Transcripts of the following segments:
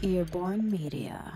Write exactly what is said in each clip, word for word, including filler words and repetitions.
Earborn Media.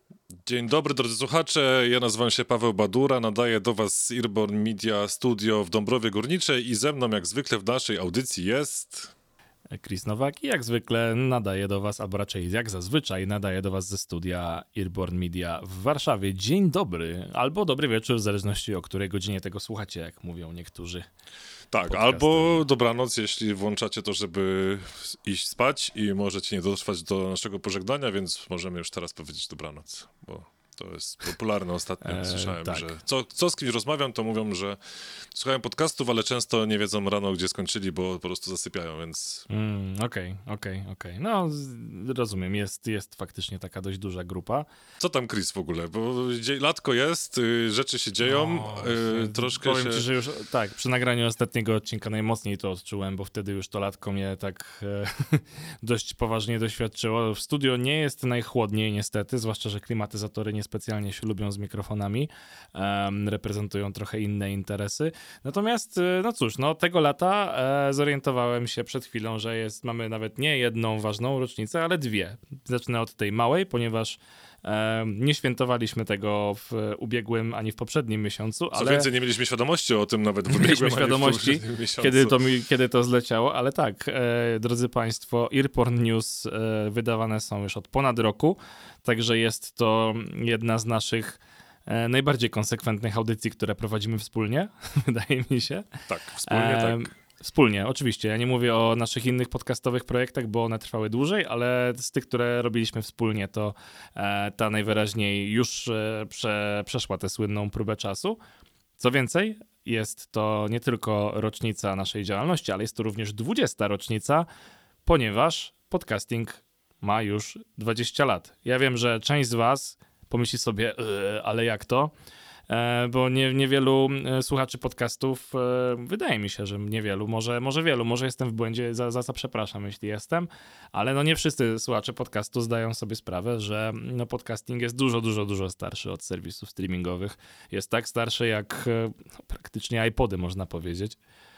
Dzień dobry drodzy słuchacze, ja nazywam się Paweł Badura, nadaję do was z Earborn Media Studio w Dąbrowie Górniczej i ze mną jak zwykle w naszej audycji jest... Chris Nowak i jak zwykle nadaje do was, albo raczej jak zazwyczaj nadaje do was ze studia Earborn Media w Warszawie. Dzień dobry, albo dobry wieczór, w zależności o której godzinie tego słuchacie, jak mówią niektórzy. Tak, podcasty. Albo dobranoc, jeśli włączacie to, żeby iść spać i możecie nie dotrwać do naszego pożegnania, więc możemy już teraz powiedzieć dobranoc, bo to jest popularne ostatnio. Eee, Słyszałem, tak. że co, co z kimś rozmawiam, to mówią, że słuchają podcastów, ale często nie wiedzą rano, gdzie skończyli, bo po prostu zasypiają, więc... Mm, Okej, okej, okej. No, z- rozumiem, jest, jest faktycznie taka dość duża grupa. Co tam, Chris, w ogóle? Bo dzie- latko jest, y, rzeczy się dzieją, No, y, troszkę Powiem się... ci, że już tak, przy nagraniu ostatniego odcinka najmocniej to odczułem, bo wtedy już to latko mnie tak e, dość poważnie doświadczyło. W studio nie jest najchłodniej niestety, zwłaszcza, że klimatyzatory niespecjalnie się lubią z mikrofonami, em, reprezentują trochę inne interesy. Natomiast, e, no cóż, no tego lata e, zorientowałem się przed chwilą, że jest, mamy nawet nie jedną ważną rocznicę, ale dwie. Zacznę od tej małej, ponieważ e, nie świętowaliśmy tego w ubiegłym ani w poprzednim miesiącu, Co ale... więcej, nie mieliśmy świadomości o tym nawet w Mieliśmy ubiegłym, ani w świadomości, poprzednim miesiącu. Kiedy to, mi, kiedy to zleciało, ale tak, e, drodzy Państwo, Earborn News e, wydawane są już od ponad roku, także jest to jedna z naszych e, najbardziej konsekwentnych audycji, które prowadzimy wspólnie, wydaje mi się. Tak, wspólnie E, tak. Wspólnie, oczywiście. Ja nie mówię o naszych innych podcastowych projektach, bo one trwały dłużej, ale z tych, które robiliśmy wspólnie, to e, ta najwyraźniej już e, prze, przeszła tę słynną próbę czasu. Co więcej, jest to nie tylko rocznica naszej działalności, ale jest to również dwudziesta rocznica, ponieważ podcasting ma już dwadzieścia lat. Ja wiem, że część z was pomyśli sobie, yy, ale jak to? E, bo nie, niewielu e, słuchaczy podcastów, e, wydaje mi się, że niewielu, może, może wielu, może jestem w błędzie, za, za co przepraszam, jeśli jestem, ale no nie wszyscy słuchacze podcastu zdają sobie sprawę, że no podcasting jest dużo, dużo, dużo starszy od serwisów streamingowych. Jest tak starszy jak e, no, praktycznie iPody, można powiedzieć.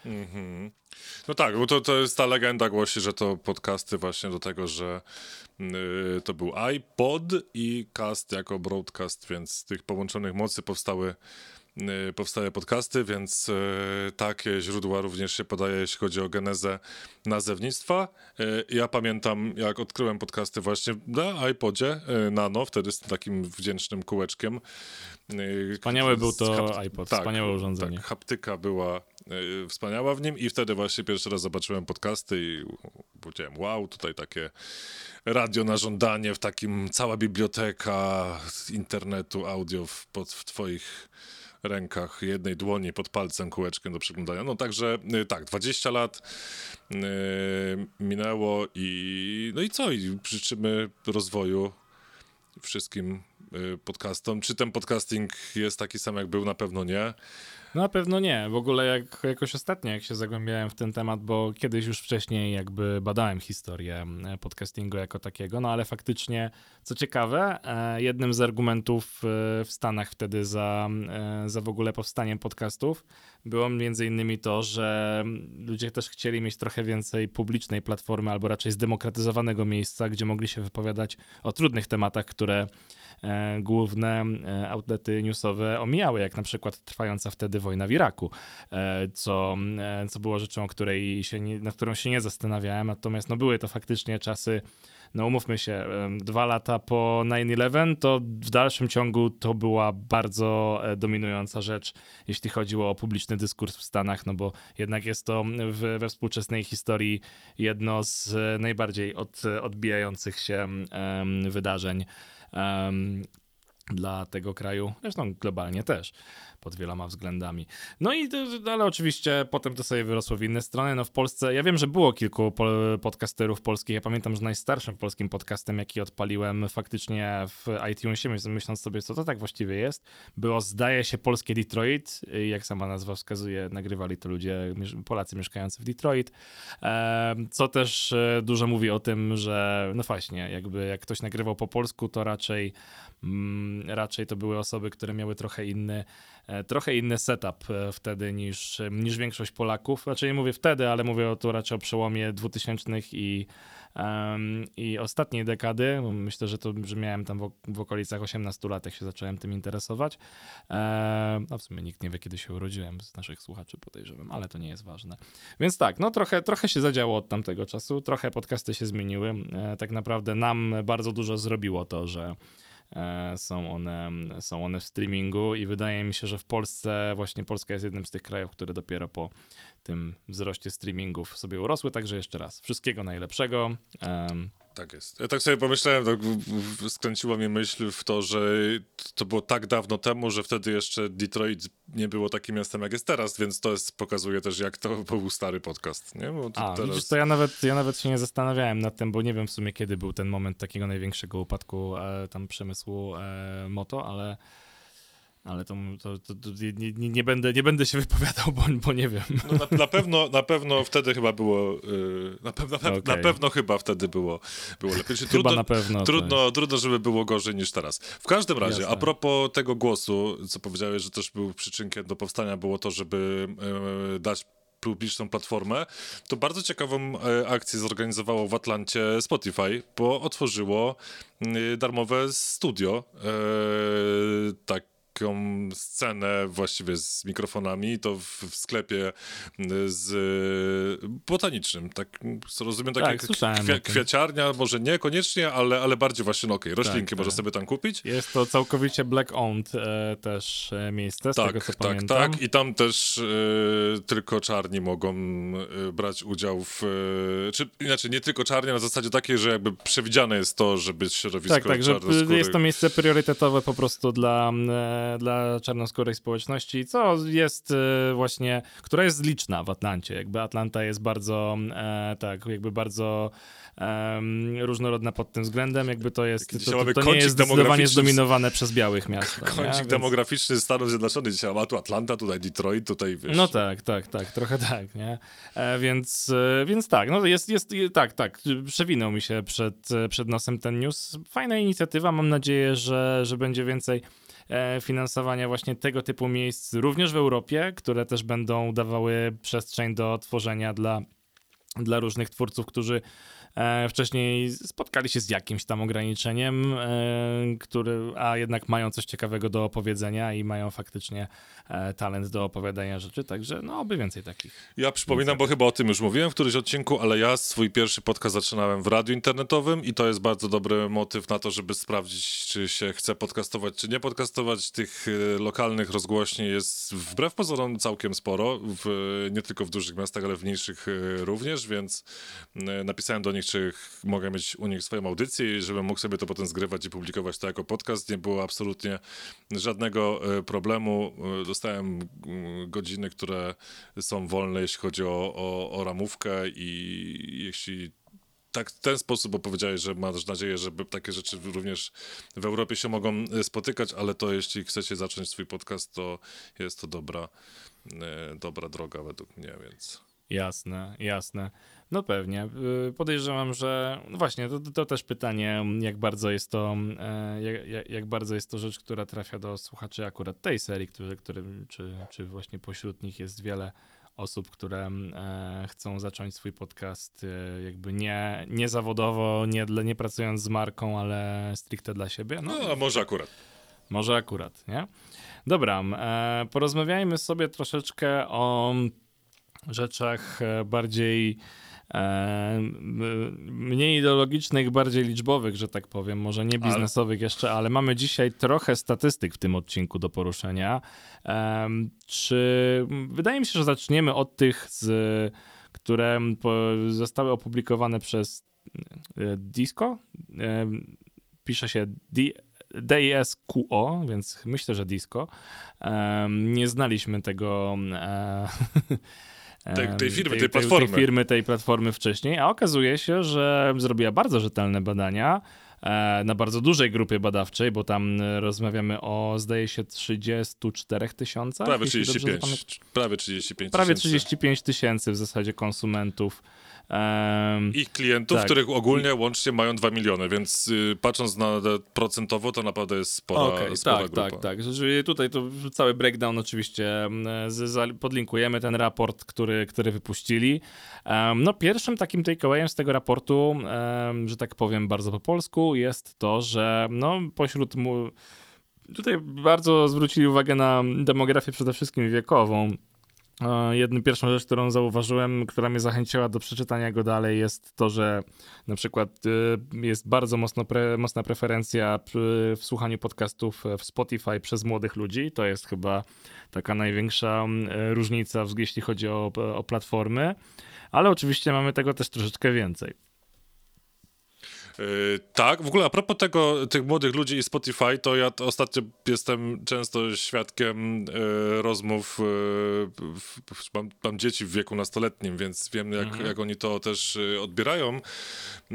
Mhm. No tak, bo to, to jest ta legenda głosi, że to podcasty właśnie do tego, że y, to był iPod i cast jako broadcast, więc z tych połączonych mocy powstały y, powstały podcasty, więc y, takie źródła również się podaje, jeśli chodzi o genezę nazewnictwa. Y, ja pamiętam, jak odkryłem podcasty właśnie na iPodzie y, Nano, wtedy z takim wdzięcznym kółeczkiem. Y, Wspaniały był z to hap- iPod, tak, wspaniałe urządzenie. Tak, haptyka była y, wspaniała w nim i wtedy właśnie pierwszy raz zobaczyłem podcasty i powiedziałem, wow, tutaj takie radio na żądanie, w takim cała biblioteka internetu, audio w, pod, w twoich rękach, jednej dłoni pod palcem, kółeczkiem do przeglądania. No także y, tak, dwadzieścia lat y, minęło i no i co? I życzymy rozwoju wszystkim y, podcastom. Czy ten podcasting jest taki sam, jak był? Na pewno nie. No na pewno nie. W ogóle jak, jakoś ostatnio, jak się zagłębiałem w ten temat, bo kiedyś już wcześniej jakby badałem historię e, podcastingu jako takiego, no ale faktycznie, co ciekawe, e, jednym z argumentów e, w Stanach wtedy za, e, za w ogóle powstaniem podcastów było między innymi to, że ludzie też chcieli mieć trochę więcej publicznej platformy, albo raczej zdemokratyzowanego miejsca, gdzie mogli się wypowiadać o trudnych tematach, które e, główne e, outlety newsowe omijały, jak na przykład trwająca wtedy wojna w Iraku, e, co, e, co było rzeczą, której się nie, nad którą się nie zastanawiałem, natomiast no, były to faktycznie czasy, no umówmy się, e, dwa lata po nine eleven, to w dalszym ciągu to była bardzo e, dominująca rzecz, jeśli chodziło o publiczny dyskurs w Stanach, no bo jednak jest to w, we współczesnej historii jedno z najbardziej od, odbijających się em, wydarzeń em, dla tego kraju, zresztą globalnie też, pod wieloma względami. No i, to- ale oczywiście potem to sobie wyrosło w inne strony. No w Polsce, ja wiem, że było kilku po, podcasterów polskich, ja pamiętam, że najstarszym polskim podcastem, jaki odpaliłem faktycznie w iTunesie, myśl- myśląc sobie, co to tak właściwie jest, było, zdaje się, polskie Detroit, i jak sama nazwa wskazuje, nagrywali to ludzie, miesz- Polacy mieszkający w Detroit, e, co też e, dużo mówi o tym, że no właśnie, jakby jak ktoś nagrywał po polsku, to raczej mm, raczej to były osoby, które miały trochę inny, trochę inny setup wtedy niż, niż większość Polaków. Znaczy nie mówię wtedy, ale mówię o tu raczej o przełomie dwutysięcznych i, um, i ostatniej dekady. Myślę, że to, że miałem tam w, w okolicach osiemnastu lat, jak się zacząłem tym interesować. E, no w sumie nikt nie wie, kiedy się urodziłem z naszych słuchaczy, podejrzewam, ale to nie jest ważne. Więc tak, no trochę, trochę się zadziało od tamtego czasu, trochę podcasty się zmieniły. E, tak naprawdę nam bardzo dużo zrobiło to, że e, są one, są one w streamingu i wydaje mi się, że w Polsce, właśnie Polska jest jednym z tych krajów, które dopiero po tym wzroście streamingów sobie urosły, także jeszcze raz, wszystkiego najlepszego. E, Tak jest. Ja tak sobie pomyślałem, tak skręciła mnie myśl w to, że to było tak dawno temu, że wtedy jeszcze Detroit nie było takim miastem, jak jest teraz, więc to jest, pokazuje też, jak to był stary podcast, nie? Bo to A, teraz... widzisz, to ja nawet, ja nawet się nie zastanawiałem nad tym, bo nie wiem w sumie, kiedy był ten moment takiego największego upadku e, tam przemysłu e, moto, ale ale to, to, to, to nie, nie, nie, będę, nie będę się wypowiadał, bo, bo nie wiem. No na, na, pewno, na pewno wtedy chyba było, yy, na, pewno, na, Okay. na pewno chyba wtedy było, było lepiej. Chyba Trudno, na pewno. Trudno, trudno, żeby było gorzej niż teraz. W każdym razie, Jasne. a propos tego głosu, co powiedziałeś, że też był przyczynkiem do powstania, było to, żeby yy, dać publiczną platformę, to bardzo ciekawą e, akcję zorganizowało w Atlancie Spotify, bo otworzyło y, darmowe studio, e, tak taką scenę właściwie z mikrofonami, to w, w sklepie z botanicznym, tak rozumiem, tak, tak jak kwia, kwiaciarnia, może nie koniecznie, ale, ale bardziej właśnie, no okej, okay, roślinki tak, można tak. sobie tam kupić. Jest to całkowicie black-owned e, też e, miejsce, z tak, tego co tak, pamiętam. Tak, tak, i tam też e, tylko czarni mogą e, brać udział w, e, czy inaczej, nie tylko czarni, na zasadzie takiej, że jakby przewidziane jest to, żeby środowisko tak, tak, czarnoskórych... że jest to miejsce priorytetowe po prostu dla e, dla czarnoskórej społeczności, co jest e, właśnie, która jest liczna w Atlancie. Jakby Atlanta jest bardzo, e, tak, jakby bardzo e, różnorodna pod tym względem. Jakby to jest, to, to, to nie jest zdecydowanie zdominowane przez białych miast. Kącik demograficzny Więc... Stanów Zjednoczonych. Dzisiaj ma tu Atlanta, tutaj Detroit, tutaj wiesz. No tak, tak, tak, trochę tak, nie? E, więc, e, więc tak, no jest, jest, tak, tak, przewinął mi się przed, przed nosem ten news. Fajna inicjatywa, mam nadzieję, że, że będzie więcej finansowania właśnie tego typu miejsc, również w Europie, które też będą dawały przestrzeń do tworzenia dla, dla różnych twórców, którzy e, wcześniej spotkali się z jakimś tam ograniczeniem, e, który, a jednak mają coś ciekawego do opowiedzenia i mają faktycznie e, talent do opowiadania rzeczy, także no oby więcej takich. Ja przypominam, bo chyba o tym już mówiłem w którymś odcinku, ale ja swój pierwszy podcast zaczynałem w radiu internetowym i to jest bardzo dobry motyw na to, żeby sprawdzić, czy się chce podcastować, czy nie podcastować. Tych y, lokalnych rozgłośni jest wbrew pozorom całkiem sporo, w, nie tylko w dużych miastach, ale w mniejszych y, również, więc y, napisałem do nich, czy mogę mieć u nich swoją audycję i żebym mógł sobie to potem zgrywać i publikować to jako podcast. Nie było absolutnie żadnego y, problemu. Y, dostałem y, godziny, które są wolne, jeśli chodzi o, o, o ramówkę i jeśli tak w ten sposób opowiedziałeś, że masz nadzieję, że takie rzeczy również w Europie się mogą spotykać, ale to jeśli chcecie zacząć swój podcast, to jest to dobra, e, dobra droga według mnie, więc... Jasne, jasne. No pewnie. Podejrzewam, że no właśnie, to, to też pytanie, jak bardzo jest to jak, jak bardzo jest to rzecz, która trafia do słuchaczy akurat tej serii, który, który, czy, czy właśnie pośród nich jest wiele osób, które e, chcą zacząć swój podcast e, jakby nie, nie zawodowo, nie, dla, nie pracując z marką, ale stricte dla siebie. No, no a może akurat. Może akurat, nie? Dobra, e, porozmawiajmy sobie troszeczkę o rzeczach bardziej e, mniej ideologicznych, bardziej liczbowych, że tak powiem, może nie biznesowych ale... jeszcze, ale mamy dzisiaj trochę statystyk w tym odcinku do poruszenia. E, czy wydaje mi się, że zaczniemy od tych, z, które po, zostały opublikowane przez e, Disco. E, pisze się D D S Q O, więc myślę, że Disco. E, nie znaliśmy tego e, Tej, tej firmy, tej, tej platformy. Tej firmy, tej platformy wcześniej, a okazuje się, że zrobiła bardzo rzetelne badania e, na bardzo dużej grupie badawczej, bo tam rozmawiamy o, zdaje się, trzydziestu czterech tysiącach. Prawie trzydzieści pięć. Prawie trzydzieści pięć Prawie tysięcy. trzydzieści pięć tysięcy w zasadzie konsumentów. Um, Ich klientów, tak. których ogólnie łącznie mają dwa miliony, więc y, patrząc na procentowo, to naprawdę jest spora, okay, spora tak, grupa. Tak, tak, tak. Tutaj to cały breakdown oczywiście z, z, podlinkujemy, ten raport, który, który wypuścili. Um, no pierwszym takim takeawayem z tego raportu, um, że tak powiem bardzo po polsku, jest to, że no pośród... Mu... Tutaj bardzo zwrócili uwagę na demografię przede wszystkim wiekową. Jedną pierwszą rzecz, którą zauważyłem, która mnie zachęciła do przeczytania go dalej, jest to, że na przykład jest bardzo mocno pre, mocna preferencja w słuchaniu podcastów w Spotify przez młodych ludzi. To jest chyba taka największa różnica, jeśli chodzi o, o platformy, ale oczywiście mamy tego też troszeczkę więcej. Yy, tak, w ogóle a propos tego, tych młodych ludzi i Spotify, to ja to ostatnio jestem często świadkiem yy, rozmów, yy, w, w, mam, mam dzieci w wieku nastoletnim, więc wiem jak, mhm. jak oni to też yy, odbierają yy,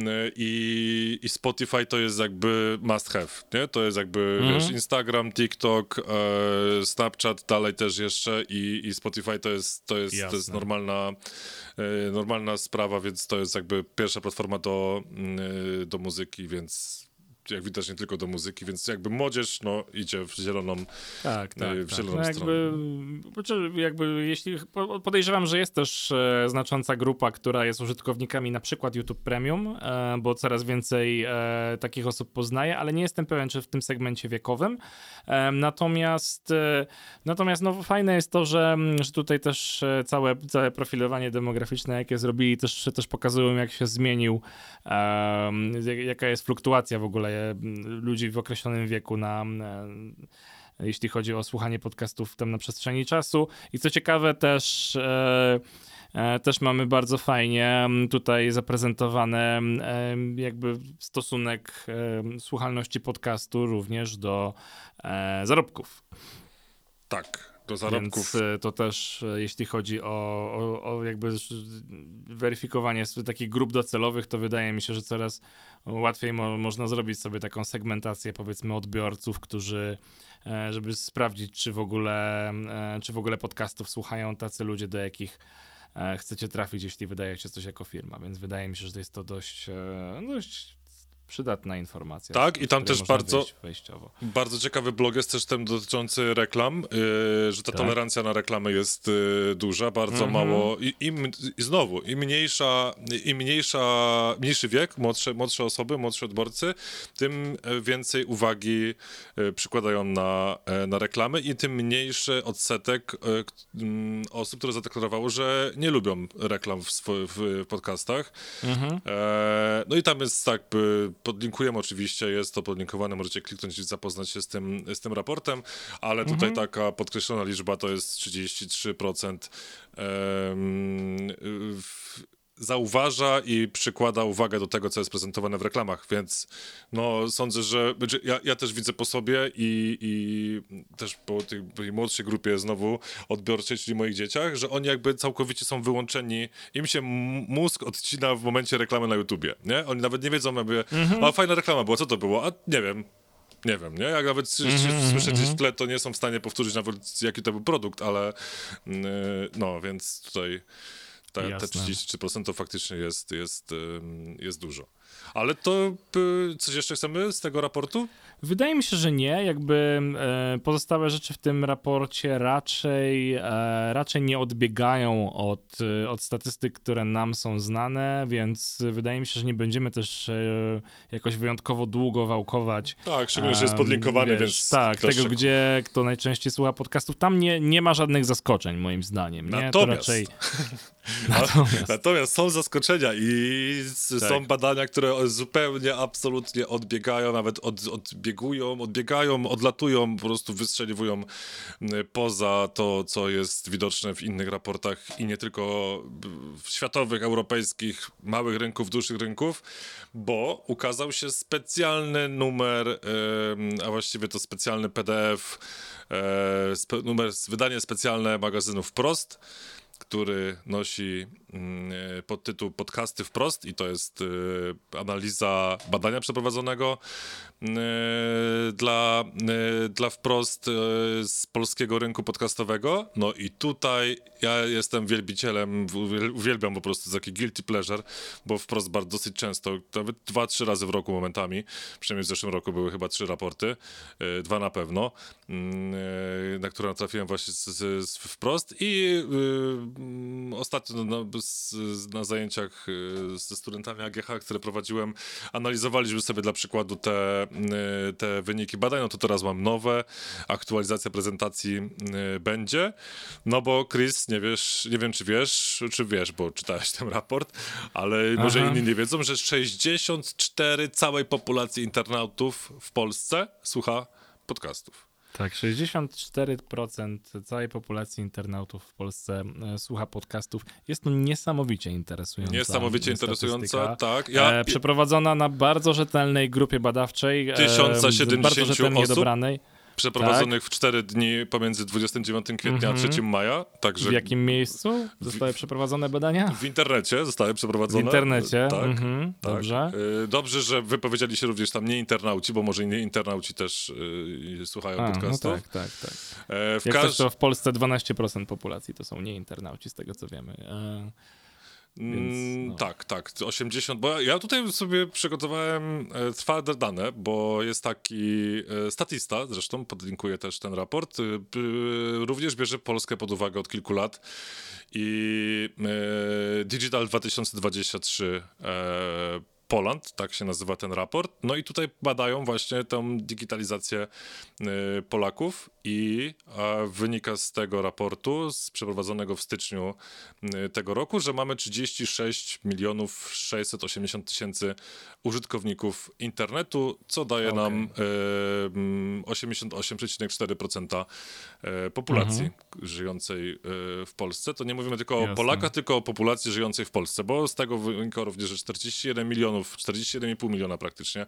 i, i Spotify to jest jakby must have, nie? To jest jakby, mhm. wiesz, Instagram, TikTok, yy, Snapchat dalej też jeszcze i, i Spotify to jest, to jest, to jest normalna, yy, normalna sprawa, więc to jest jakby pierwsza platforma do yy, do muzyki, więc jak widać nie tylko do muzyki, więc jakby młodzież no idzie w zieloną, tak, tak, w zieloną tak. No stronę. Jakby, jakby jeśli podejrzewam, że jest też e, znacząca grupa, która jest użytkownikami na przykład YouTube Premium, e, bo coraz więcej e, takich osób poznaje, ale nie jestem pewien, czy w tym segmencie wiekowym. E, natomiast e, natomiast no fajne jest to, że, że tutaj też e, całe, całe profilowanie demograficzne, jakie zrobili, też, też pokazują, jak się zmienił, e, jaka jest fluktuacja w ogóle ludzi w określonym wieku na, jeśli chodzi o słuchanie podcastów tam na przestrzeni czasu. I co ciekawe też e, e, też mamy bardzo fajnie tutaj zaprezentowane e, jakby stosunek e, słuchalności podcastu również do e, zarobków. Tak. Do zarobków. Więc to też, jeśli chodzi o, o, o jakby weryfikowanie takich grup docelowych, to wydaje mi się, że coraz łatwiej mo- można zrobić sobie taką segmentację, powiedzmy, odbiorców, którzy, żeby sprawdzić, czy w ogóle, czy w ogóle podcastów słuchają tacy ludzie, do jakich chcecie trafić, jeśli wydajecie coś jako firma. Więc wydaje mi się, że to jest to dość, dość przydatna informacja. Tak, i tam też bardzo, wejściowo. bardzo ciekawy blog jest też ten dotyczący reklam, yy, że ta tak. tolerancja na reklamy jest yy, duża, bardzo mm-hmm. mało i, im, i znowu, im mniejsza, im mniejsza, mniejszy wiek, młodsze, młodsze osoby, młodsi odbiorcy, tym więcej uwagi yy, przykładają na, yy, na reklamy i tym mniejszy odsetek yy, yy, osób, które zadeklarowało, że nie lubią reklam w, sw- w podcastach. Mm-hmm. Yy, no i tam jest tak, by podlinkujemy oczywiście, jest to podlinkowane, możecie kliknąć i zapoznać się z tym, z tym raportem, ale tutaj mhm. taka podkreślona liczba to jest trzydzieści trzy procent um, w, zauważa i przykłada uwagę do tego, co jest prezentowane w reklamach, więc no sądzę, że ja, ja też widzę po sobie i, i też po tej, tej młodszej grupie znowu odbiorczej, czyli moich dzieciach, że oni jakby całkowicie są wyłączeni, im się mózg odcina w momencie reklamy na YouTubie, nie? Oni nawet nie wiedzą, jakby, mhm. a fajna reklama była, co to było? A nie wiem. Nie wiem, nie? Jak nawet mm-hmm, słyszę gdzieś w tle, to nie są w stanie powtórzyć nawet jaki to był produkt, ale yy, no, więc tutaj te, te trzydzieści trzy procent to faktycznie jest, jest, jest dużo. Ale to coś jeszcze chcemy z tego raportu? Wydaje mi się, że nie. Jakby e, pozostałe rzeczy w tym raporcie raczej, e, raczej nie odbiegają od, od statystyk, które nam są znane, więc wydaje mi się, że nie będziemy też e, jakoś wyjątkowo długo wałkować. Tak, szczególnie, że jest podlinkowany, wiesz, więc... Tak, tego, szybko. Gdzie kto najczęściej słucha podcastów. Tam nie, nie ma żadnych zaskoczeń, moim zdaniem. Nie? Natomiast... To raczej... Natomiast... Natomiast są zaskoczenia i tak. są badania, które zupełnie, absolutnie odbiegają, nawet od, odbiegują, odbiegają, odlatują, po prostu wystrzeliwują poza to, co jest widoczne w innych raportach i nie tylko w światowych, europejskich, małych rynków, dużych rynków, bo ukazał się specjalny numer, a właściwie to specjalny P D F, numer, wydanie specjalne magazynu Wprost, który nosi podtytuł Podcasty wprost i to jest analiza badania przeprowadzonego dla, dla wprost z polskiego rynku podcastowego. No i tutaj ja jestem wielbicielem, uwielbiam po prostu taki guilty pleasure, bo wprost bardzo dosyć często, nawet dwa, trzy razy w roku momentami, przynajmniej w zeszłym roku były chyba trzy raporty, dwa na pewno, na które natrafiłem właśnie z, z, z wprost i y, ostatnio na, z, na zajęciach ze studentami A G H, które prowadziłem, analizowaliśmy sobie dla przykładu te, te wyniki badań. No to teraz mam nowe, aktualizacja prezentacji y, będzie, no bo Chris, nie wiesz, nie wiem czy wiesz, czy wiesz, bo czytałeś ten raport, ale Aha. może inni nie wiedzą, że sześćdziesiąt cztery całej populacji internautów w Polsce słucha podcastów. Tak, sześćdziesiąt cztery procent całej populacji internautów w Polsce e, słucha podcastów. Jest to niesamowicie interesująca Niesamowicie interesująca, tak. Ja... E, przeprowadzona na bardzo rzetelnej grupie badawczej. E, tysiąc siedemdziesiąt bardzo rzetelnie osób. dobranej. Przeprowadzonych tak. w cztery dni pomiędzy dwudziestego dziewiątego kwietnia mm-hmm. a trzeciego maja. Także w jakim miejscu zostały w, przeprowadzone badania? W internecie zostały przeprowadzone. W internecie, tak, mm-hmm. tak. Dobrze. Dobrze, że wypowiedzieli się również tam nie internauci, bo może nie internauci też yy, słuchają a, podcastów. No tak, tak, tak. E, w Jak każ... też to w Polsce dwanaście procent populacji to są nie internauci, z tego co wiemy. E... Więc, no. Tak, tak, osiemdziesiąt, bo ja tutaj sobie przygotowałem e, twarde dane, bo jest taki e, statista, zresztą podlinkuję też ten raport, e, e, również bierze Polskę pod uwagę od kilku lat i e, Digital dwa tysiące dwadzieścia trzy e, Poland, tak się nazywa ten raport. No i tutaj badają właśnie tę digitalizację y, Polaków i a, wynika z tego raportu, z przeprowadzonego w styczniu y, tego roku, że mamy trzydzieści sześć milionów sześćset osiemdziesiąt tysięcy użytkowników internetu, co daje okay. nam y, osiemdziesiąt osiem przecinek cztery procent y, populacji mhm. żyjącej y, w Polsce. To nie mówimy tylko Jasne. o Polakach, tylko o populacji żyjącej w Polsce, bo z tego wynika również, że czterdzieści jeden milionów czterdzieści jeden i pół miliona praktycznie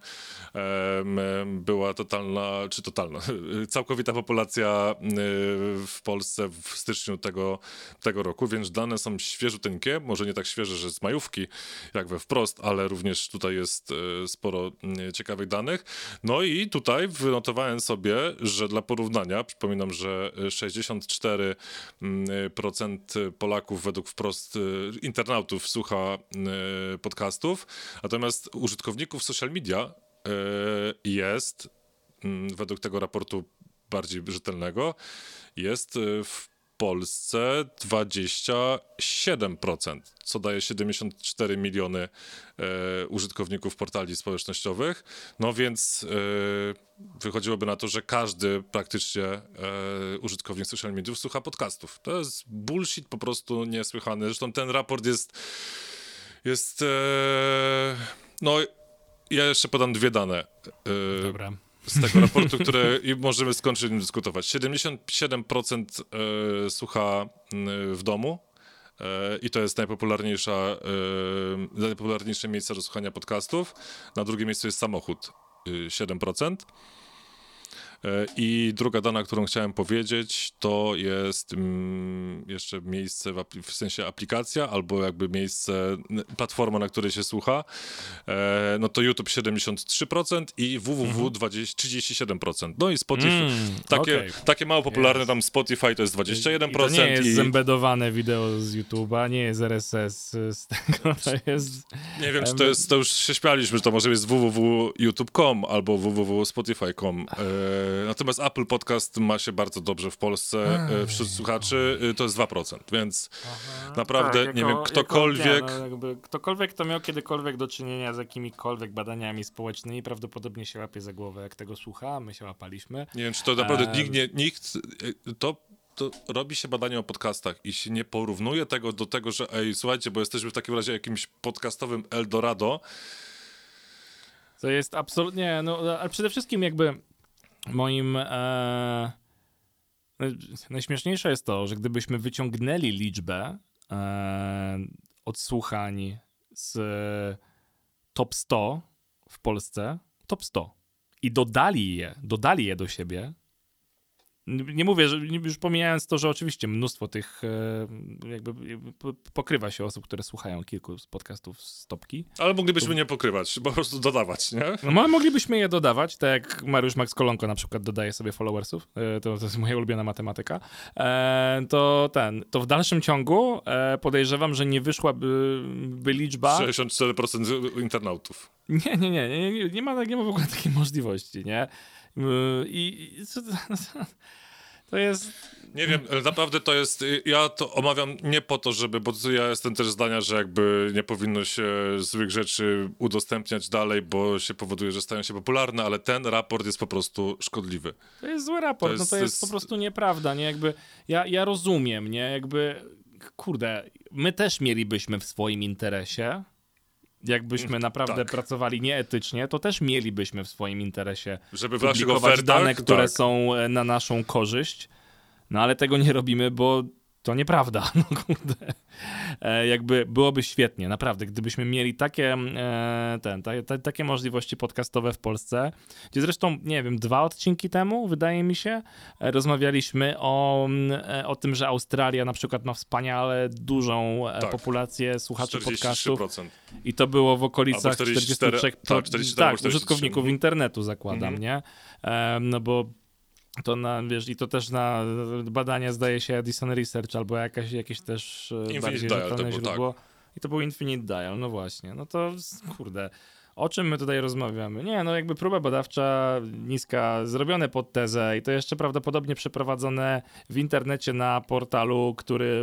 um, była totalna, czy totalna, całkowita populacja w Polsce w styczniu tego, tego roku, więc dane są świeżuteńkie, może nie tak świeże, że z majówki, jak we wprost, ale również tutaj jest sporo ciekawych danych. No i tutaj wynotowałem sobie, że dla porównania, przypominam, że sześćdziesiąt cztery procent Polaków według wprost internautów słucha podcastów, natomiast użytkowników social media y, jest, y, według tego raportu bardziej rzetelnego, jest y, w Polsce dwadzieścia siedem procent, co daje siedemdziesiąt cztery miliony y, użytkowników portali społecznościowych. No więc y, wychodziłoby na to, że każdy praktycznie y, użytkownik social mediów słucha podcastów. To jest bullshit po prostu niesłychany. Zresztą ten raport jest Jest, e, no, ja jeszcze podam dwie dane e, Dobra. z tego raportu, które i możemy skończyć nim dyskutować. siedemdziesiąt siedem procent e, słucha w domu e, i to jest najpopularniejsza, e, najpopularniejsze miejsce do słuchania podcastów. Na drugim miejscu jest samochód, e, siedem procent. I druga dana, którą chciałem powiedzieć, to jest mm, jeszcze miejsce, w, apl- w sensie aplikacja, albo jakby miejsce, platforma, na której się słucha. E, no to YouTube siedemdziesiąt trzy procent i www trzydzieści siedem procent. No i Spotify, mm, takie, okay. takie mało popularne yes. tam Spotify to jest dwadzieścia jeden procent. I to nie jest i... zembedowane wideo z YouTube'a, nie jest R S S z tego, to jest... Nie wiem, czy to jest, to już się śmialiśmy, że to może jest www kropka youtube kropka com albo www kropka spotify kropka com. E, Natomiast Apple Podcast ma się bardzo dobrze w Polsce Ej, wśród słuchaczy, to jest dwa procent, więc Aha, naprawdę tak, nie jako, wiem, ktokolwiek... Jako, nie, no, jakby, ktokolwiek, kto miał kiedykolwiek do czynienia z jakimikolwiek badaniami społecznymi, prawdopodobnie się łapie za głowę, jak tego słucha, my się łapaliśmy. Nie wiem, czy to naprawdę e... nikt, nie, nikt to, to robi się badania o podcastach i się nie porównuje tego do tego, że ej, słuchajcie, bo jesteśmy w takim razie jakimś podcastowym Eldorado. To jest absolutnie, no, ale przede wszystkim jakby moim e, najśmieszniejsze jest to, że gdybyśmy wyciągnęli liczbę e, odsłuchań z top sto w Polsce, top sto i dodali je, dodali je do siebie, Nie mówię, że już pomijając to, że oczywiście mnóstwo tych jakby pokrywa się osób, które słuchają kilku z podcastów z topki. Ale moglibyśmy nie pokrywać, po prostu dodawać, nie? No moglibyśmy je dodawać, tak jak Mariusz Max Kolonko na przykład dodaje sobie followersów, to, to jest moja ulubiona matematyka, to ten, to w dalszym ciągu podejrzewam, że nie wyszłaby by liczba... sześćdziesiąt cztery procent internautów. Nie, nie, nie, nie, nie, nie, ma, nie ma w ogóle takiej możliwości, nie? I, i co, to jest... Nie wiem, naprawdę to jest, ja to omawiam nie po to, żeby, bo ja jestem też zdania, że jakby nie powinno się złych rzeczy udostępniać dalej, bo się powoduje, że stają się popularne, ale ten raport jest po prostu szkodliwy. To jest zły raport, to jest, no to jest, jest po prostu nieprawda, nie? Jakby, ja, ja rozumiem, nie? Jakby, kurde, my też mielibyśmy w swoim interesie, jakbyśmy naprawdę tak. pracowali nieetycznie, to też mielibyśmy w swoim interesie żeby publikować dane, które tak. są na naszą korzyść, no ale tego nie robimy, bo to nieprawda, no kurde. E, jakby byłoby świetnie, naprawdę, gdybyśmy mieli takie, e, ten, ta, ta, takie możliwości podcastowe w Polsce, gdzie zresztą, nie wiem, dwa odcinki temu, wydaje mi się, e, rozmawialiśmy o, e, o tym, że Australia na przykład ma wspaniale dużą e, tak. populację słuchaczy podcastów i to było w okolicach czterdzieści cztery, czterdzieści trzy, tak, czterdzieści cztery, tak użytkowników mm. internetu zakładam, mm. nie? E, no bo to na, wiesz, i to też na badania zdaje się Edison Research albo jakaś, jakieś też Infinite bardziej Dial, rzetelne to źródło. tak. I to był Infinite Dial, no właśnie. No to, kurde, o czym my tutaj rozmawiamy? Nie, no jakby próba badawcza niska, zrobione pod tezę i to jeszcze prawdopodobnie przeprowadzone w internecie na portalu, który...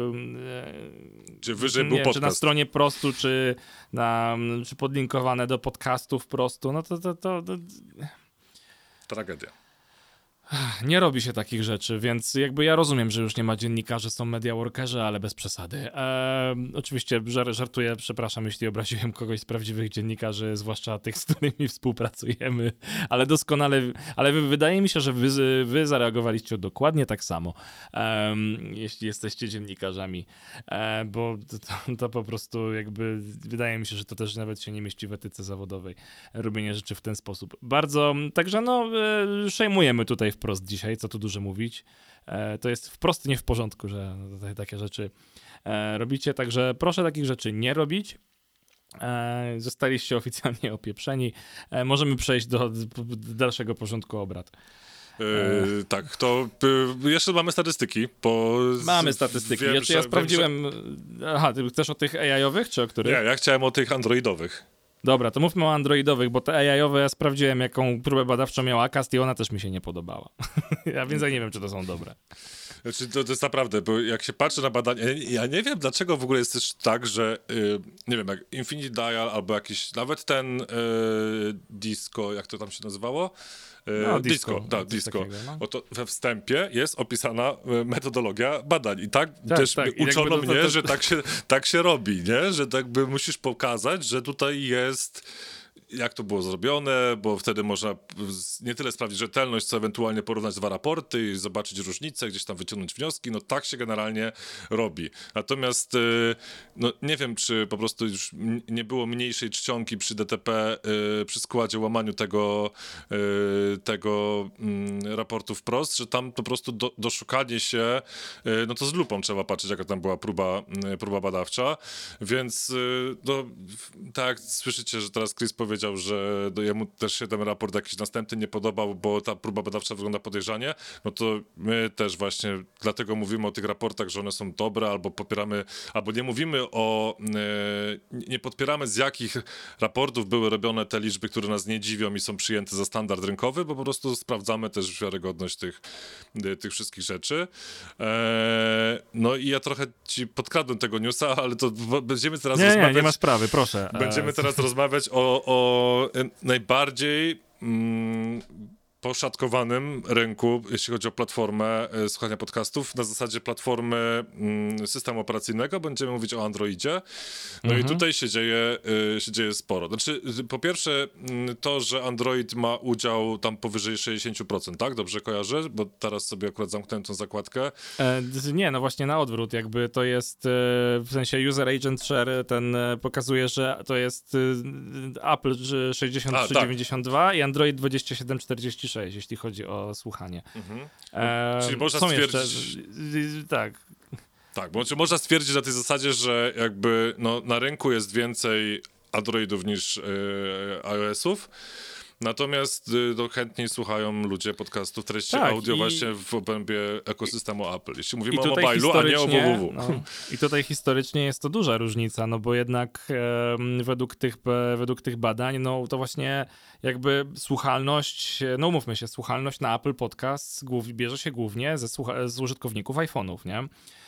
Czy wyżej nie był wiem, podcast. Czy na stronie Prostu, czy, na, czy podlinkowane do podcastów Prostu, no to... to, to, to... Tragedia. Nie robi się takich rzeczy, więc jakby ja rozumiem, że już nie ma dziennikarzy, są media workerzy, ale bez przesady. Eee, oczywiście żar- żartuję, przepraszam, jeśli obraziłem kogoś z prawdziwych dziennikarzy, zwłaszcza tych, z którymi współpracujemy, ale doskonale, ale wy, wydaje mi się, że wy, wy zareagowaliście dokładnie tak samo, eee, jeśli jesteście dziennikarzami, eee, bo to, to, to po prostu jakby wydaje mi się, że to też nawet się nie mieści w etyce zawodowej, robienie rzeczy w ten sposób. Bardzo, także no, e, szejmujemy tutaj wprost dzisiaj, co tu dużo mówić. E, to jest wprost nie w porządku, że tutaj takie rzeczy e, robicie, także proszę takich rzeczy nie robić. E, zostaliście oficjalnie opieprzeni. E, możemy przejść do, do dalszego porządku obrad. Yy, tak, to y, jeszcze mamy statystyki, bo... Mamy statystyki. Wiem, ja, że, ja sprawdziłem... Że... Aha, ty chcesz o tych A I-owych, czy o których? Nie, ja chciałem o tych androidowych. Dobra, to mówmy o androidowych, bo te A I-owe ja sprawdziłem, jaką próbę badawczą miał Acast i ona też mi się nie podobała. Ja więc ja nie wiem, czy to są dobre. Znaczy, to, to jest naprawdę, bo jak się patrzy na badania, ja nie wiem, dlaczego w ogóle jest też tak, że yy, nie wiem, jak Infinite Dial albo jakiś, nawet ten yy, Disco, jak to tam się nazywało? No, disco, disco, tak, disco. Takiego, no. Oto we wstępie jest opisana metodologia badań i tak, tak też tak. uczono mnie, to, to... że tak się, tak się robi, nie? Że tak by musisz pokazać, że tutaj jest... jak to było zrobione, bo wtedy można nie tyle sprawdzić rzetelność, co ewentualnie porównać dwa raporty i zobaczyć różnice, gdzieś tam wyciągnąć wnioski, no tak się generalnie robi. Natomiast no nie wiem, czy po prostu już nie było mniejszej czcionki przy D T P, przy składzie, łamaniu tego, tego raportu wprost, że tam po prostu do, doszukanie się, no to z lupą trzeba patrzeć, jaka tam była próba, próba badawcza, więc no, tak jak słyszycie, że teraz Chris powiedział, że do jemu też się ten raport jakiś następny nie podobał, bo ta próba badawcza wygląda podejrzanie, no to my też właśnie dlatego mówimy o tych raportach, że one są dobre, albo popieramy, albo nie mówimy o, e, nie podpieramy z jakich raportów były robione te liczby, które nas nie dziwią i są przyjęte za standard rynkowy, bo po prostu sprawdzamy też wiarygodność tych, tych wszystkich rzeczy. E, no i ja trochę ci podkradłem tego newsa, ale to będziemy teraz nie, rozmawiać... Nie, nie ma sprawy, proszę. Będziemy teraz rozmawiać o, o najbardziej mm, poszatkowanym rynku, jeśli chodzi o platformę e, słuchania podcastów, na zasadzie platformy mm, systemu operacyjnego, będziemy mówić o Androidzie. No mhm. i tutaj się dzieje, y, się dzieje sporo. Znaczy, po pierwsze y, to, że Android ma udział tam powyżej sześćdziesiąt procent, tak? Dobrze kojarzę? Bo teraz sobie akurat zamknąłem tą zakładkę. E, nie, no właśnie na odwrót, jakby to jest, e, w sensie user agent share ten e, pokazuje, że to jest e, Apple sześćdziesiąt trzy dziewięćdziesiąt dwa tak. i Android dwadzieścia siedem czterdzieści sześć. sześć, jeśli chodzi o słuchanie. Mhm. E, Czyli można są stwierdzić... Jeszcze, tak. Tak, bo czy można stwierdzić na tej zasadzie, że jakby no, na rynku jest więcej Androidów niż yy, iOS-ów, natomiast yy, no, chętniej słuchają ludzie podcastów, treści tak, audio i... właśnie w obrębie ekosystemu Apple. Jeśli mówimy o tutaj mobilu, a nie o www. No, I tutaj historycznie jest to duża różnica, no bo jednak e, według, tych, e, według tych badań, no to właśnie jakby słuchalność, no umówmy się, słuchalność na Apple Podcast głów, bierze się głównie ze słucha- z użytkowników iPhone'ów, nie?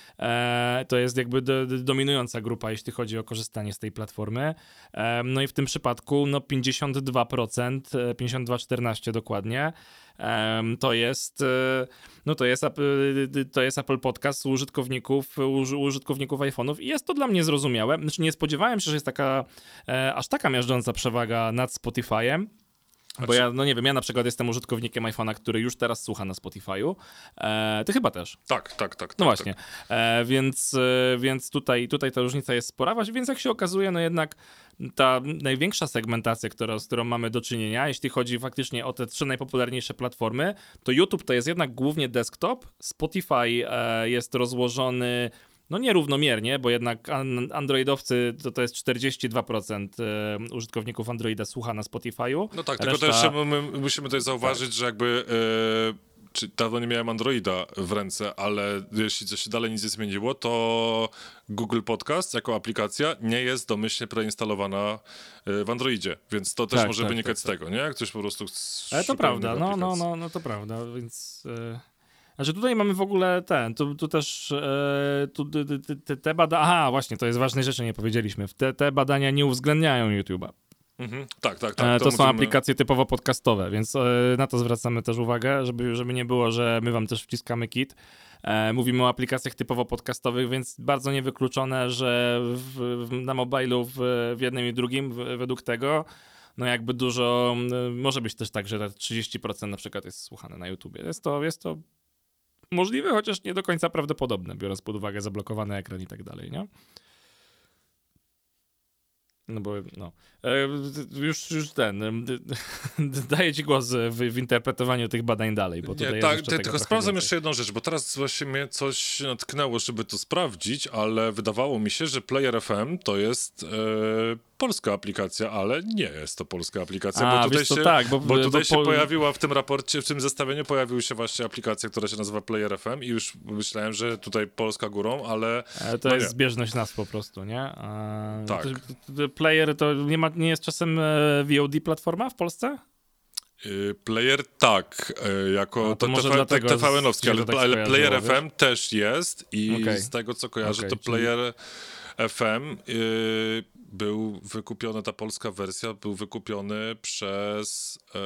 E, to jest jakby do, do, dominująca grupa, jeśli chodzi o korzystanie z tej platformy. E, no i w tym przypadku no pięćdziesiąt dwa procent, pięćdziesiąt dwa przecinek czternaście dokładnie, e, to jest no to jest, to jest Apple Podcast u użytkowników, u użytkowników iPhone'ów i jest to dla mnie zrozumiałe. Znaczy nie spodziewałem się, że jest taka e, aż taka miażdżąca przewaga nad Spotify'em. Bo ja, no nie wiem, ja na przykład jestem użytkownikiem iPhone'a, który już teraz słucha na Spotify'u. E, ty chyba też. Tak, tak, tak. No tak, właśnie, tak. E, więc, e, więc tutaj, tutaj ta różnica jest spora, więc jak się okazuje, no jednak ta największa segmentacja, która, z którą mamy do czynienia, jeśli chodzi faktycznie o te trzy najpopularniejsze platformy, to YouTube to jest jednak głównie desktop, Spotify e, jest rozłożony no nierównomiernie, bo jednak an- androidowcy to, to jest czterdzieści dwa procent e, użytkowników Androida słucha na Spotify'u. No tak, Reszta... tylko też my, my musimy tutaj zauważyć, tak. że jakby e, czy dawno nie miałem Androida w ręce, ale jeśli coś się dalej nic nie zmieniło, to Google Podcast jako aplikacja nie jest domyślnie preinstalowana w Androidzie, więc to też tak, może tak, wynikać tak, z tego, nie? Jak ktoś po prostu Ale to prawda, no, no, no, no to prawda, więc... E... Znaczy tutaj mamy w ogóle ten, tu, tu też e, tu, te, te, te badania, aha właśnie, to jest ważnej rzeczy, nie powiedzieliśmy, te, te badania nie uwzględniają YouTube'a. Mhm. Tak, tak, tak. E, to to są mówimy... aplikacje typowo podcastowe, więc e, na to zwracamy też uwagę, żeby, żeby nie było, że my wam też wciskamy kit. E, mówimy o aplikacjach typowo podcastowych, więc bardzo niewykluczone, że w, w, na mobilu w, w jednym i drugim w, według tego no jakby dużo, może być też tak, że trzydzieści procent na przykład jest słuchane na YouTubie. Jest to, jest to możliwe, chociaż nie do końca prawdopodobne, biorąc pod uwagę zablokowany ekran i tak dalej, nie? No bo, no. E, już, już ten, daję ci głos w, w interpretowaniu tych badań dalej, bo tutaj nie, tak, ty, tylko sprawdzam więcej. Jeszcze jedną rzecz, bo teraz właśnie mnie coś natknęło, żeby to sprawdzić, ale wydawało mi się, że Player F M to jest e, polska aplikacja, ale nie jest to polska aplikacja, A, bo tutaj, się, tak, bo, bo tutaj bo się po... pojawiła w tym raporcie, w tym zestawieniu pojawiła się właśnie aplikacja, która się nazywa Player F M i już myślałem, że tutaj Polska górą, ale... ale to no jest nie. zbieżność nas po prostu, nie? A, tak. To, to, Player to nie, ma, nie jest czasem V O D platforma w Polsce? Player tak, jako no to T V N-owski, ale, tak ale Player wiesz? F M też jest i okay. z tego co kojarzę, okay, to czyli... Player F M y, był wykupiony, ta polska wersja był wykupiony przez e,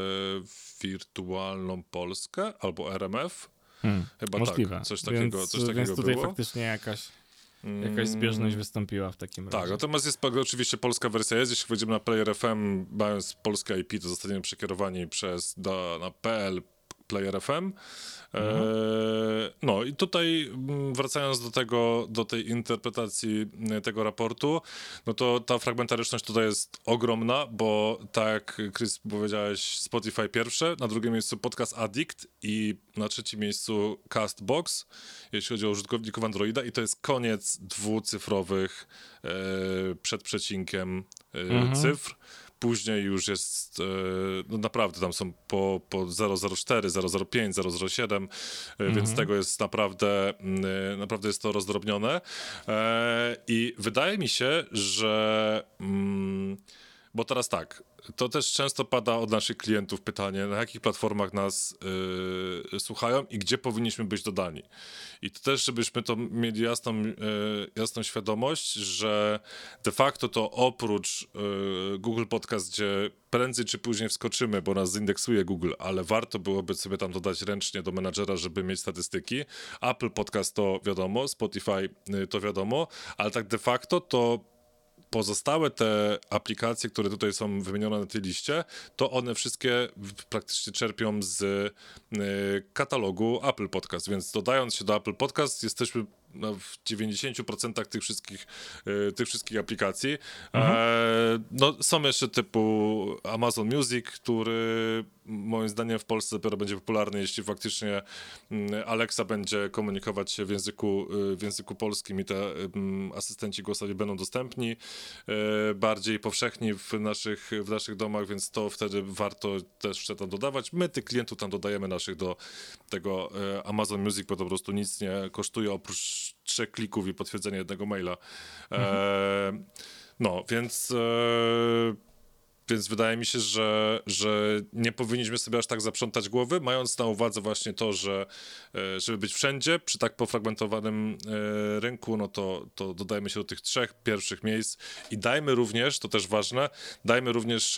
Wirtualną Polskę albo R M F. Hmm, Chyba możliwe. tak, coś takiego, więc, coś takiego więc tutaj było. faktycznie jakaś Jakaś zbieżność wystąpiła w takim razie. Tak, natomiast jest oczywiście polska wersja jest, jeśli wchodzimy na Player F M, mając polskie I P, to zostaniemy przekierowani przez do, na P L Player F M. Mhm. E, no i tutaj wracając do tego, do tej interpretacji tego raportu, no to ta fragmentaryczność tutaj jest ogromna, bo tak jak Chris powiedziałeś, Spotify pierwsze, na drugim miejscu Podcast Addict i na trzecim miejscu Castbox, jeśli chodzi o użytkowników Androida i to jest koniec dwucyfrowych e, przed przecinkiem e, mhm. cyfr. Później już jest, no naprawdę tam są po, po zero zero cztery, zero zero pięć, zero zero siedem, mhm. więc tego jest naprawdę, naprawdę jest to rozdrobnione. I wydaje mi się, że, bo teraz tak, to też często pada od naszych klientów pytanie, na jakich platformach nas yy, słuchają i gdzie powinniśmy być dodani. I to też, żebyśmy to mieli jasną, yy, jasną świadomość, że de facto to oprócz yy, Google Podcast, gdzie prędzej czy później wskoczymy, bo nas zindeksuje Google, ale warto byłoby sobie tam dodać ręcznie do menadżera, żeby mieć statystyki. Apple Podcast to wiadomo, Spotify yy, to wiadomo, ale tak de facto to pozostałe te aplikacje, które tutaj są wymienione na tej liście, to one wszystkie praktycznie czerpią z y, katalogu Apple Podcast, więc dodając się do Apple Podcast jesteśmy no, w dziewięćdziesięciu procentach tych wszystkich, y, tych wszystkich aplikacji. Mhm. E, no, są jeszcze typu Amazon Music, który moim zdaniem w Polsce dopiero będzie popularny, jeśli faktycznie mm, Alexa będzie komunikować się w języku, y, w języku polskim i te y, asystenci głosowi będą dostępni y, bardziej powszechni w naszych, w naszych domach, więc to wtedy warto też jeszcze tam dodawać. My tych klientów tam dodajemy naszych do tego y, Amazon Music, bo to po prostu nic nie kosztuje oprócz trzech klików i potwierdzenia jednego maila. Mhm. E, no, więc e, Więc wydaje mi się, że, że nie powinniśmy sobie aż tak zaprzątać głowy, mając na uwadze właśnie to, że żeby być wszędzie przy tak pofragmentowanym rynku, no to, to dodajmy się do tych trzech pierwszych miejsc i dajmy również, to też ważne, dajmy również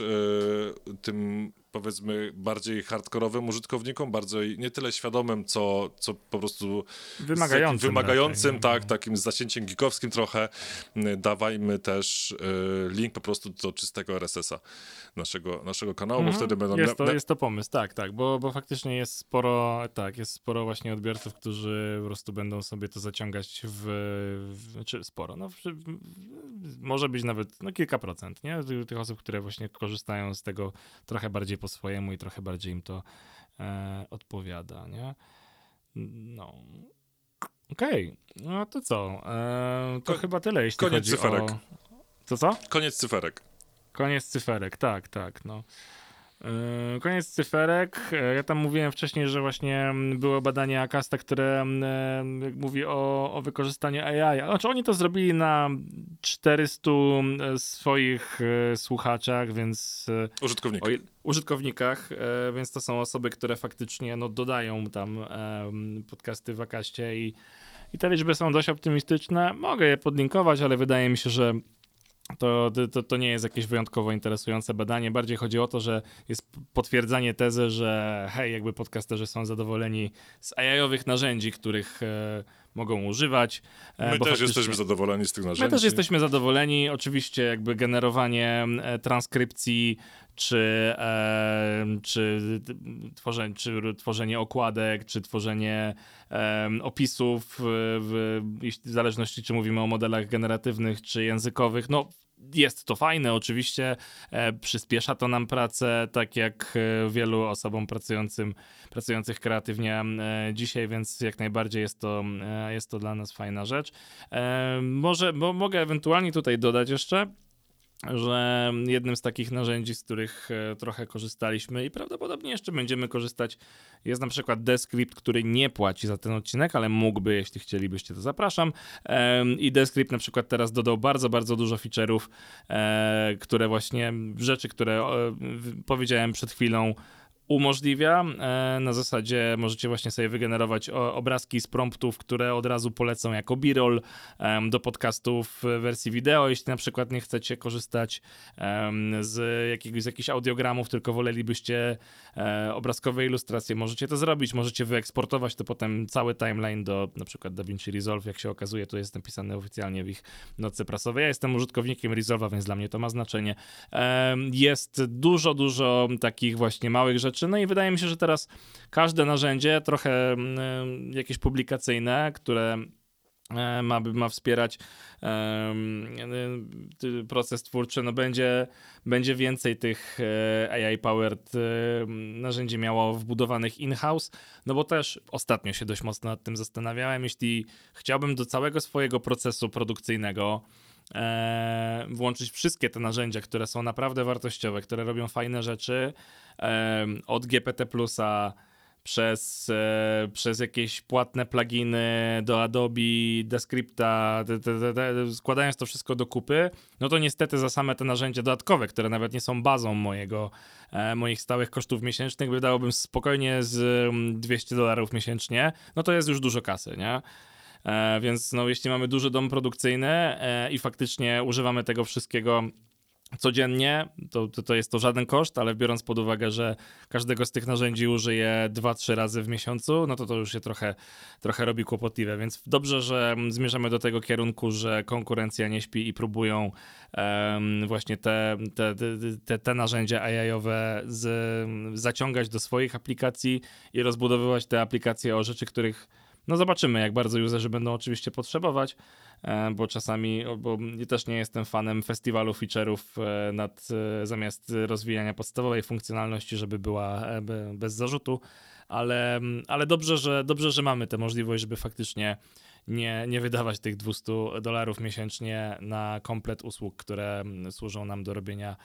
tym powiedzmy bardziej hardkorowym użytkownikom, bardziej nie tyle świadomym, co, co po prostu wymagającym, wymagającym raczej, tak, takim zacięciem gigowskim trochę, dawajmy też y, link po prostu do czystego R S S a naszego, naszego kanału, mm-hmm. bo wtedy będą... Jest to, jest to pomysł, tak, tak, bo, bo faktycznie jest sporo, tak, jest sporo właśnie odbiorców, którzy po prostu będą sobie to zaciągać w, w czy sporo, no w, w, może być nawet no, kilka procent, nie, tych osób, które właśnie korzystają z tego trochę bardziej po swojemu i trochę bardziej im to e, odpowiada, nie? No. Okej, okay. No to co? E, to Ko- chyba tyle, jeśli koniec chodzi cyferek. o... Co, co? Koniec cyferek. Koniec cyferek, tak, tak, no. Yy, koniec cyferek. Ja tam mówiłem wcześniej, że właśnie było badanie Acasta, które yy, mówi o, o wykorzystaniu A I. Znaczy oni to zrobili na czterystu swoich yy, słuchaczach, więc... Yy, Użytkownikach. O, użytkownikach, yy, więc to są osoby, które faktycznie no, dodają tam yy, podcasty w Acaście i, i te liczby są dość optymistyczne. Mogę je podlinkować, ale wydaje mi się, że To, to, to nie jest jakieś wyjątkowo interesujące badanie. Bardziej chodzi o to, że jest potwierdzanie tezy, że hej, jakby podcasterzy są zadowoleni z A I-owych narzędzi, których e, mogą używać. E, My też jesteśmy zadowoleni z tych narzędzi. My też jesteśmy zadowoleni. Oczywiście jakby generowanie e, transkrypcji, czy, e, czy, tworzenie, czy tworzenie okładek, czy tworzenie e, opisów, w, w zależności czy mówimy o modelach generatywnych, czy językowych, no jest to fajne oczywiście, e, przyspiesza to nam pracę, tak jak e, wielu osobom pracującym, pracujących kreatywnie e, dzisiaj, więc jak najbardziej jest to, e, jest to dla nas fajna rzecz. E, może, bo mogę ewentualnie tutaj dodać jeszcze, że jednym z takich narzędzi, z których trochę korzystaliśmy i prawdopodobnie jeszcze będziemy korzystać, jest na przykład Descript, który nie płaci za ten odcinek, ale mógłby, jeśli chcielibyście, to zapraszam. I Descript na przykład teraz dodał bardzo, bardzo dużo feature'ów, które właśnie, rzeczy, które powiedziałem przed chwilą, umożliwia. Na zasadzie możecie właśnie sobie wygenerować obrazki z promptów, które od razu polecą jako b-roll do podcastów w wersji wideo. Jeśli na przykład nie chcecie korzystać z jakiegoś z jakichś audiogramów, tylko wolelibyście obrazkowe ilustracje, możecie to zrobić. Możecie wyeksportować to potem cały timeline do na przykład DaVinci Resolve. Jak się okazuje, to jest napisane oficjalnie w ich notce prasowej. Ja jestem użytkownikiem Resolve'a, więc dla mnie to ma znaczenie. Jest dużo, dużo takich właśnie małych rzeczy. No i wydaje mi się, że teraz każde narzędzie, trochę y, jakieś publikacyjne, które y, ma, ma wspierać y, y, proces twórczy, no będzie, będzie więcej tych y, A I-powered y, narzędzi miało wbudowanych in-house, no bo też ostatnio się dość mocno nad tym zastanawiałem. Jeśli chciałbym do całego swojego procesu produkcyjnego E, włączyć wszystkie te narzędzia, które są naprawdę wartościowe, które robią fajne rzeczy, e, od G P T Plusa przez, e, przez jakieś płatne pluginy do Adobe, Descripta, te, te, te, składając to wszystko do kupy, no to niestety za same te narzędzia dodatkowe, które nawet nie są bazą mojego, e, moich stałych kosztów miesięcznych, wydałbym spokojnie z dwieście dolarów miesięcznie, no to jest już dużo kasy, nie? E, więc no, jeśli mamy duży dom produkcyjny e, i faktycznie używamy tego wszystkiego codziennie, to, to, to jest to żaden koszt, ale biorąc pod uwagę, że każdego z tych narzędzi użyję dwa trzy razy w miesiącu, no to to już się trochę, trochę robi kłopotliwe, więc dobrze, że zmierzamy do tego kierunku, że konkurencja nie śpi i próbują um, właśnie te, te, te, te narzędzia A I-owe z, zaciągać do swoich aplikacji i rozbudowywać te aplikacje o rzeczy, których No zobaczymy, jak bardzo userzy będą oczywiście potrzebować, bo czasami, bo też nie jestem fanem festiwalu feature'ów nad, zamiast rozwijania podstawowej funkcjonalności, żeby była bez zarzutu, ale, ale dobrze, że, dobrze, że mamy tę możliwość, żeby faktycznie nie, nie wydawać tych dwieście dolarów miesięcznie na komplet usług, które służą nam do robienia,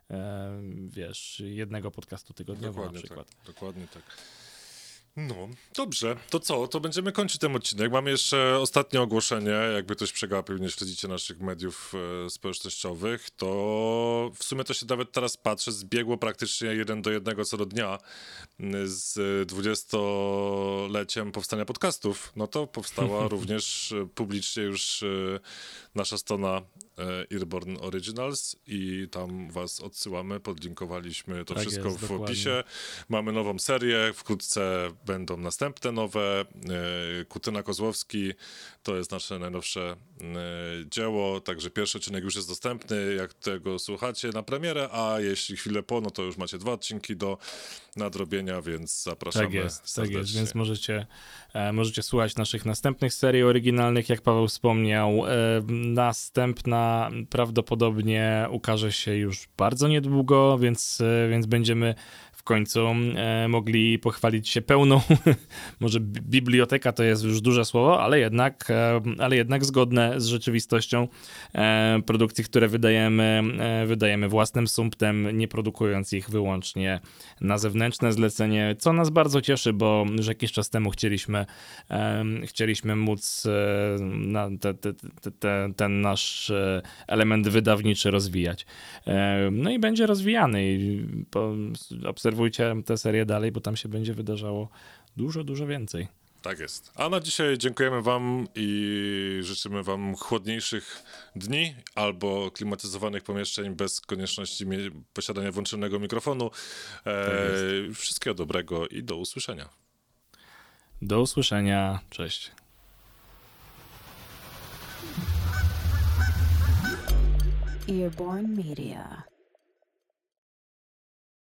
wiesz, jednego podcastu tygodniowo dokładnie na przykład. Tak, dokładnie tak. No, dobrze. To co? To będziemy kończyć ten odcinek. Mamy jeszcze ostatnie ogłoszenie. Jakby ktoś przegapił, nie śledzicie naszych mediów e, społecznościowych, to w sumie to się nawet teraz patrzę, zbiegło praktycznie jeden do jednego co do dnia z dwudziestoleciem powstania podcastów. No to powstała również publicznie już e, nasza strona e, Earborn Originals i tam was odsyłamy, podlinkowaliśmy to tak wszystko jest, w dokładnie. opisie. Mamy nową serię, wkrótce będą następne nowe. Kutyna Kozłowski to jest nasze najnowsze dzieło, także pierwszy odcinek już jest dostępny, jak tego słuchacie, na premierę, a jeśli chwilę po, no to już macie dwa odcinki do nadrobienia, więc zapraszamy Tak jest, serdecznie. tak jest, więc możecie, e, możecie słuchać naszych następnych serii oryginalnych, jak Paweł wspomniał. E, następna prawdopodobnie ukaże się już bardzo niedługo, więc, e, więc będziemy w końcu e, mogli pochwalić się pełną, może biblioteka to jest już duże słowo, ale jednak, e, ale jednak zgodne z rzeczywistością e, produkcji, które wydajemy, e, wydajemy własnym sumptem, nie produkując ich wyłącznie na zewnętrzne zlecenie, co nas bardzo cieszy, bo już jakiś czas temu chcieliśmy, e, chcieliśmy móc e, na te, te, te, te, ten nasz element wydawniczy rozwijać. E, no i będzie rozwijany i po, obserwujcie tę serię dalej, bo tam się będzie wydarzało dużo, dużo więcej. Tak jest. A na dzisiaj dziękujemy wam i życzymy wam chłodniejszych dni albo klimatyzowanych pomieszczeń bez konieczności mie- posiadania włączonego mikrofonu. E, tak wszystkiego dobrego i do usłyszenia. Do usłyszenia. Cześć. Earborn Media.